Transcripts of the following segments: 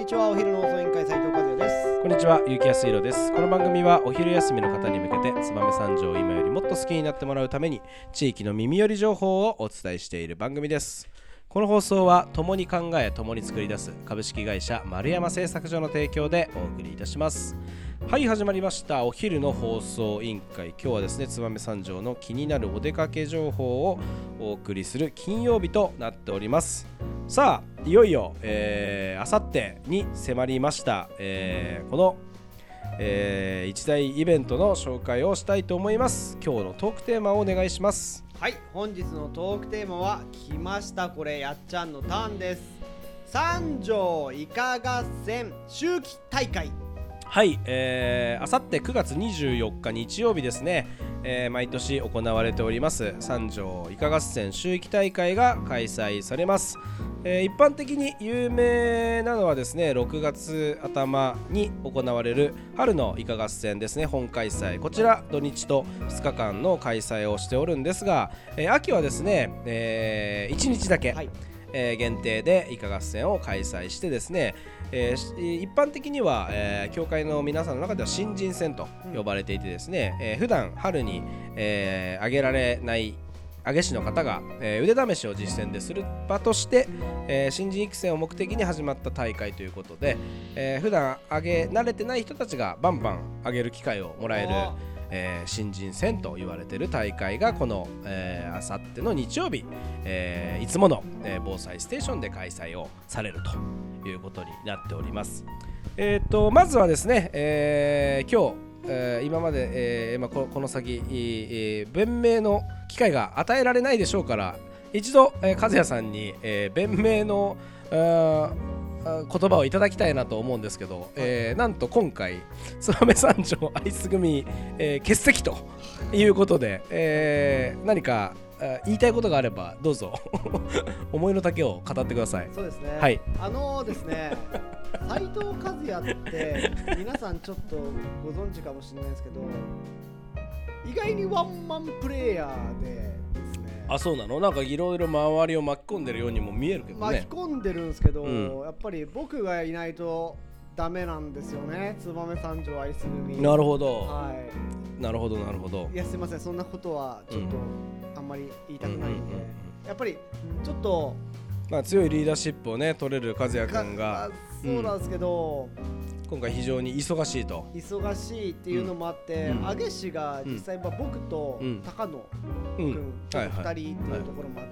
にちは。お昼の放送委員会斉藤和也です。 こんにちは、ゆうきやすいろです。この番組はお昼休みの方に向けて燕三条を今よりもっと好きになってもらうために地域の耳寄り情報をお伝えしている番組です。この放送は共に考え共に作り出す株式会社丸山製作所の提供でお送りいたします。はい、始まりましたお昼の放送委員会。今日はですね、燕三条の気になるお出かけ情報をお送りする金曜日となっております。さあ、いよいよあさってに迫りました、この、一大イベントの紹介をしたいと思います。今日のトークテーマをお願いします。 はい、本日のトークテーマは来ました。これやっちゃんのターンです。三条イカ合戦秋季大会。 はい、あさって9月24日日曜日ですね、毎年行われております三条イカ合戦秋季大会が開催されます。一般的に有名なのはですね、6月頭に行われる春のイカ合戦ですね、本開催。こちら土日と2日間の開催をしておるんですが、秋はですね、1日だけ、限定でイカ合戦を開催してですね、一般的には、協会の皆さんの中では新人戦と呼ばれていてですね、普段春に、挙げられない揚げ師の方が、腕試しを実践でする場として、新人育成を目的に始まった大会ということで、普段揚げ慣れてない人たちがバンバン揚げる機会をもらえる、新人戦と言われている大会がこのあさっての日曜日、いつもの、防災ステーションで開催をされるということになっております。まずはですね、今日今まで、この先、弁明の機会が与えられないでしょうから、一度、和也さんに、弁明の言葉をいただきたいなと思うんですけど、なんと今回燕三条アイス組、欠席ということで、何か言いたいことがあればどうぞ思いの丈を語ってください。 そうですね、 はい、 ですね斉藤和也って皆さんちょっとご存知かもしれないですけど、意外にワンマンプレイヤーでですね。 あ、そうなの？なんかいろいろ周りを巻き込んでるようにも見えるけどね。 巻き込んでるんですけど、やっぱり僕がいないとダメなんですよね、燕三条アイス組。 なるほど、 はい、 なるほどなるほど。 いや、すいません、そんなことはちょっとあんまり言いたくないんで、やっぱりちょっと、 強いリーダーシップをね取れる和也君が、 そうなんですけど、 今回非常に忙しいと。 忙しいっていうのもあって、揚げ師が実際僕と高野君2人っていうところもあって、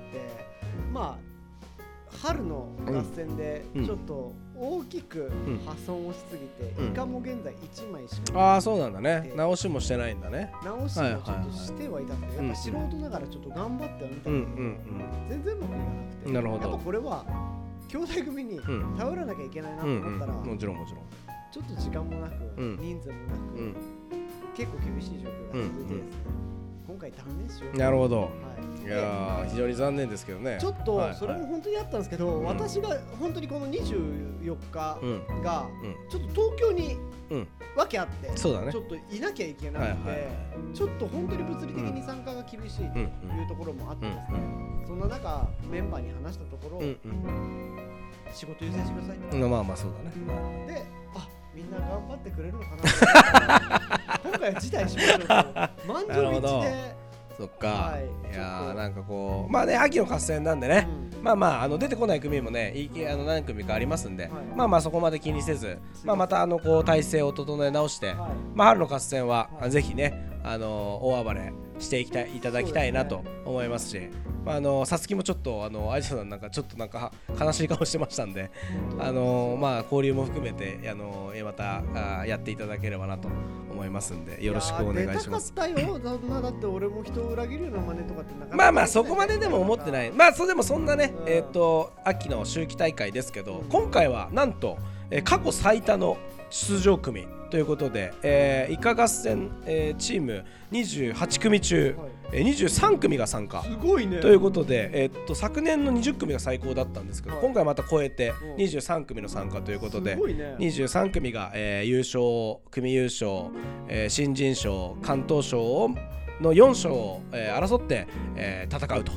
まあ春の合戦でちょっと大きく破損をしすぎて、イカも現在1枚しかない。 ああ、そうなんだね。直しもしてないんだね。 直しもちょっとしてはいたんだけど、やっぱ素人ながらちょっと頑張ってはみたんだけど、全然うまくいかなくて。 なるほど。 やっぱこれは兄弟組に頼らなきゃいけないなと思ったら、 もちろんもちろんちょっと時間もなく、人数もなく、結構厳しい状況が続いてですね、今回断念しよう。 なるほど。 いや非常に残念ですけどね。 ちょっとそれも本当にあったんですけど、私が本当にこの24日がちょっと東京に訳あって、ちょっといなきゃいけなくて、ちょっと本当に物理的に参加が厳しいというところもあってですね、そんな中メンバーに話したところ、仕事優先してくださいって。 まあそうだね。 で、みんな頑張ってくれるのかな今回は辞退しましょうと満場一致で。 そっか、いやなんかこう秋の合戦なんでね、出てこない組もね何組かありますんで、そこまで気にせず、またこう体制を整え直して、春の合戦はぜひね大暴れしていただきたいなと思いますし、さつきもちょっと有沙さんなんかちょっとなんか悲しい顔してましたんで、交流も含めてまたやっていただければなと思いますんで、よろしくお願いします。 出たかったよ。だって俺も人を裏切るような真似とかってなかなかそこまででも思ってない。でもそんなね、秋の秋季大会ですけど、今回はなんと過去最多の出場組ということで、イカ合戦、チーム28組中、23組が参加。 すごいね。 ということで、昨年の20組が最高だったんですけど、今回また超えて23組の参加ということで、23組が、優勝、組優勝、新人賞、関東賞の4賞を、争って、戦うと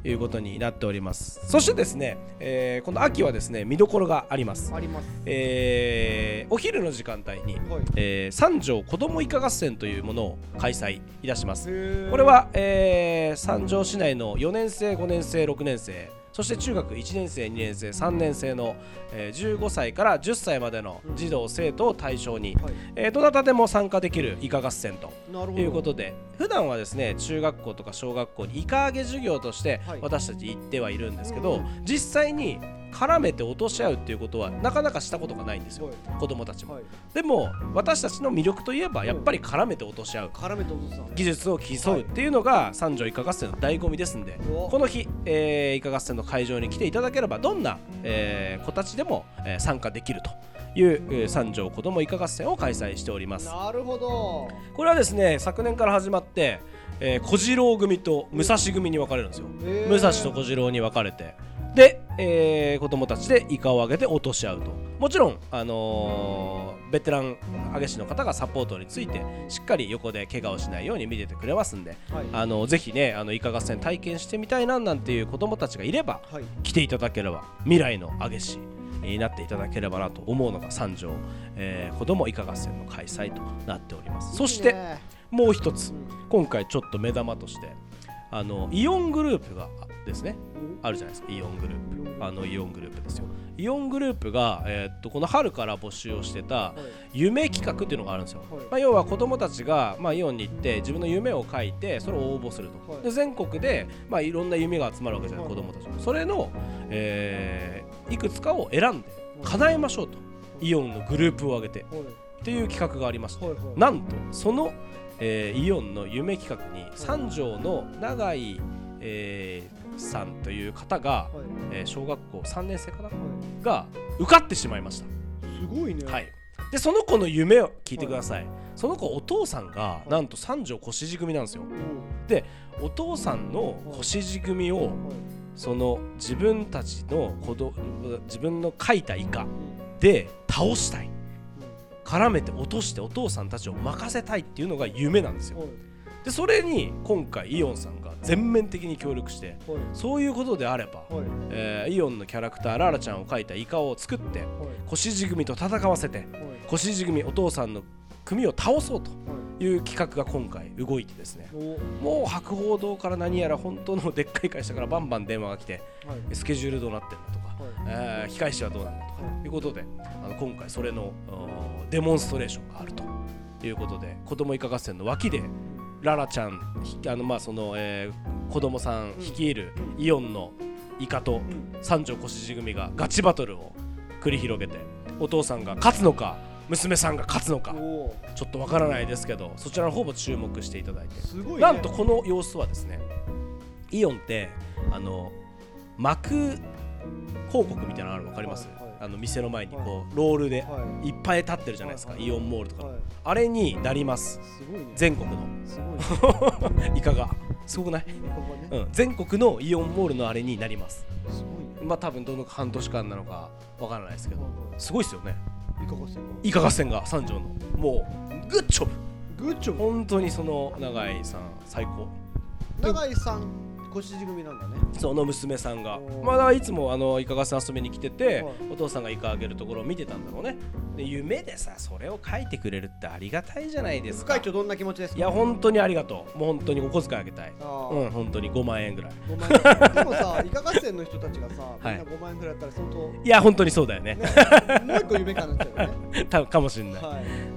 いうことになっております。そしてですね、この秋はですね見どころがあります。お昼の時間帯に、三条子どもイカ合戦というものを開催いたします。これは、三条市内の4年生5年生6年生そして中学1年生2年生3年生の、15歳から10歳までの児童生徒を対象に、どなたでも参加できるイカ合戦ということで、普段はですね中学校とか小学校にイカ揚げ授業として私たち行ってはいるんですけど、実際に絡めて落とし合うっていうことはなかなかしたことがないんですよ、子供たちも、でも私たちの魅力といえばやっぱり絡めて落とし合う、技術を競うっていうのが三条イカ合戦の醍醐味ですんで、この日、イカ合戦の会場に来ていただければどんな、子たちでも、参加できるという、三条子どもイカ合戦を開催しております。 なるほど。 これはですね昨年から始まって、小次郎組と武蔵組に分かれるんですよ。武蔵と小次郎に分かれてで、子供たちでイカを揚げて落とし合うと。もちろん、ベテラン揚げ師の方がサポートについてしっかり横で怪我をしないように見ててくれますんで、ぜひねイカ合戦体験してみたいなんていう子供たちがいれば、来ていただければ未来の揚げ師になっていただければなと思うのが三条、子どもイカ合戦の開催となっております。そしてもう一つ、今回ちょっと目玉としてイオングループがですねあるじゃないですか。イオングループ、イオングループですよ。イオングループが、この春から募集をしてた夢企画っていうのがあるんですよ。要は子どもたちが、イオンに行って自分の夢を書いてそれを応募すると。で全国で、いろんな夢が集まるわけじゃない、子どもたちもそれの、いくつかを選んで叶えましょうと、イオンのグループを挙げてっていう企画がありまして、なんとその、イオンの夢企画に三条の永井、さんという方が、小学校3年生かな、が受かってしまいました。 すごいね。 でその子の夢を聞いてください。その子お父さんがなんと三条小路組なんですよ。でお父さんの小路組をその自分たちの自分の描いたイカで倒したい、絡めて落としてお父さんたちを任せたいっていうのが夢なんですよ。でそれに今回イオンさんが全面的に協力して、そういうことであれば、イオンのキャラクターララちゃんを描いたイカを作って小路組と戦わせて、小路組お父さんの組を倒そうという企画が今回動いてですね、もう博報堂から何やら本当のでっかい会社からバンバン電話が来て、スケジュールどうなってるんだとか、控え室はどうなんだとかいうことで、今回それのデモンストレーションがあるということで、子どもイカ合戦の脇でララちゃんその、子供さん率いるイオンのイカと三条小路組がガチバトルを繰り広げて、お父さんが勝つのか娘さんが勝つのかちょっとわからないですけど、そちらの方も注目していただいて、すごいね。なんとこの様子はですね、イオンって幕広告みたいなのあるの分かります？店の前にこうロールでいっぱい立ってるじゃないですか、イオンモールとか、あれになります。すごいね。全国のすごい、ね、イカがすごくない？全国のイオンモールのあれになります。すごいね。多分どの半年間なのかわからないですけど、すごいですよね。イカ合戦が三条のもうグッジョブ本当にその永井さん最高。 永井さん小路組なんだね。 その娘さんがまだいつもイカ合戦遊びに来てて、お父さんがイカあげるところを見てたんだろうね。で夢でさそれを書いてくれるってありがたいじゃないですか。 会長どんな気持ちですか？ いや本当にありがとう。もう本当にお小遣いあげたい。本当に5万円ぐらい。 5万円でもさイカ合戦の人たちがさみんな5万円ぐらいだったら相当、 いや本当にそうだよね。 もう一個夢かなっちゃうよね。 多分かもしれない、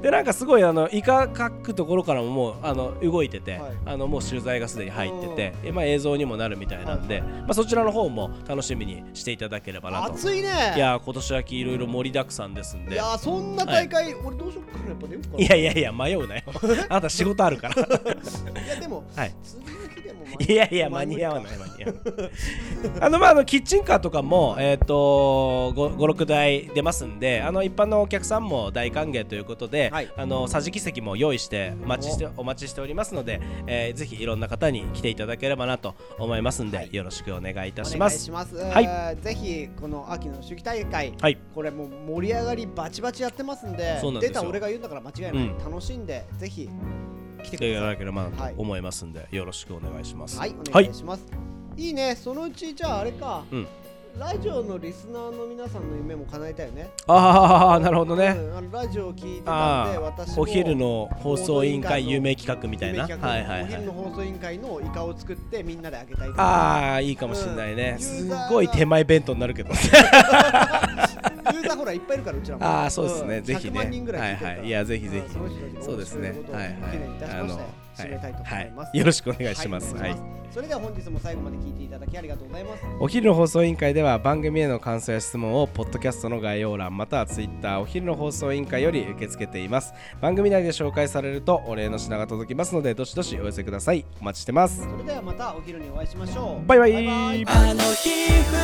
でなんかすごいイカ描くところからももう動いてて、もう取材がすでに入ってて、映像にもなるみたいなんで、そちらの方も楽しみにしていただければなと。 暑いね。 いや今年秋いろいろ盛りだくさんですんで。 いやそんな大会、俺どうしよっかな、やっぱ出ようかな。 いや迷うなよ。あなた仕事あるから。いやでも、次の日でもいや間に合わないキッチンカーとかも5,6 台出ますんで、一般のお客さんも大歓迎ということで、桟敷席も用意してお待ちしておりますので、ぜひいろんな方に来ていただければなと思いますんで、よろしくお願いいたします。 ぜひこの秋の秋季大会、これもう盛り上がりバチバチやってますんで、出た俺が言うんだから間違いない、楽しんでぜひ来てください。 いただければなと思いますんで、よろしくお願いします。 はい、お願いします。 いいね。そのうちじゃああれか、ラジオのリスナーの皆さんの夢も叶えたよね。 ああ、なるほどね。 ラジオを聞いてたんで、私もお昼の放送委員会夢企画みたいな。はいはいはい。 お昼の放送委員会のイカを作ってみんなであげたい。 ああ、いいかもしれないね。すごい手前弁当になるけど。ユーザーほらいっぱいいるからうちらも。 ああ、そうですね。ぜひね。 100万人ぐらい聞いてるから。 はいはい。いやぜひぜひ。そうですね。はいはい。 締めたいと思います。 よろしくお願いします。はい。 それでは本日も最後まで聞いていただきありがとうございます。 お昼の放送委員会では番組への感想や質問をポッドキャストの概要欄またはツイッターお昼の放送委員会より受け付けています。番組内で紹介されるとお礼の品が届きますのでどしどしお寄せください。お待ちしてます。 それではまたお昼にお会いしましょう。 バイバイ。 バイバイ。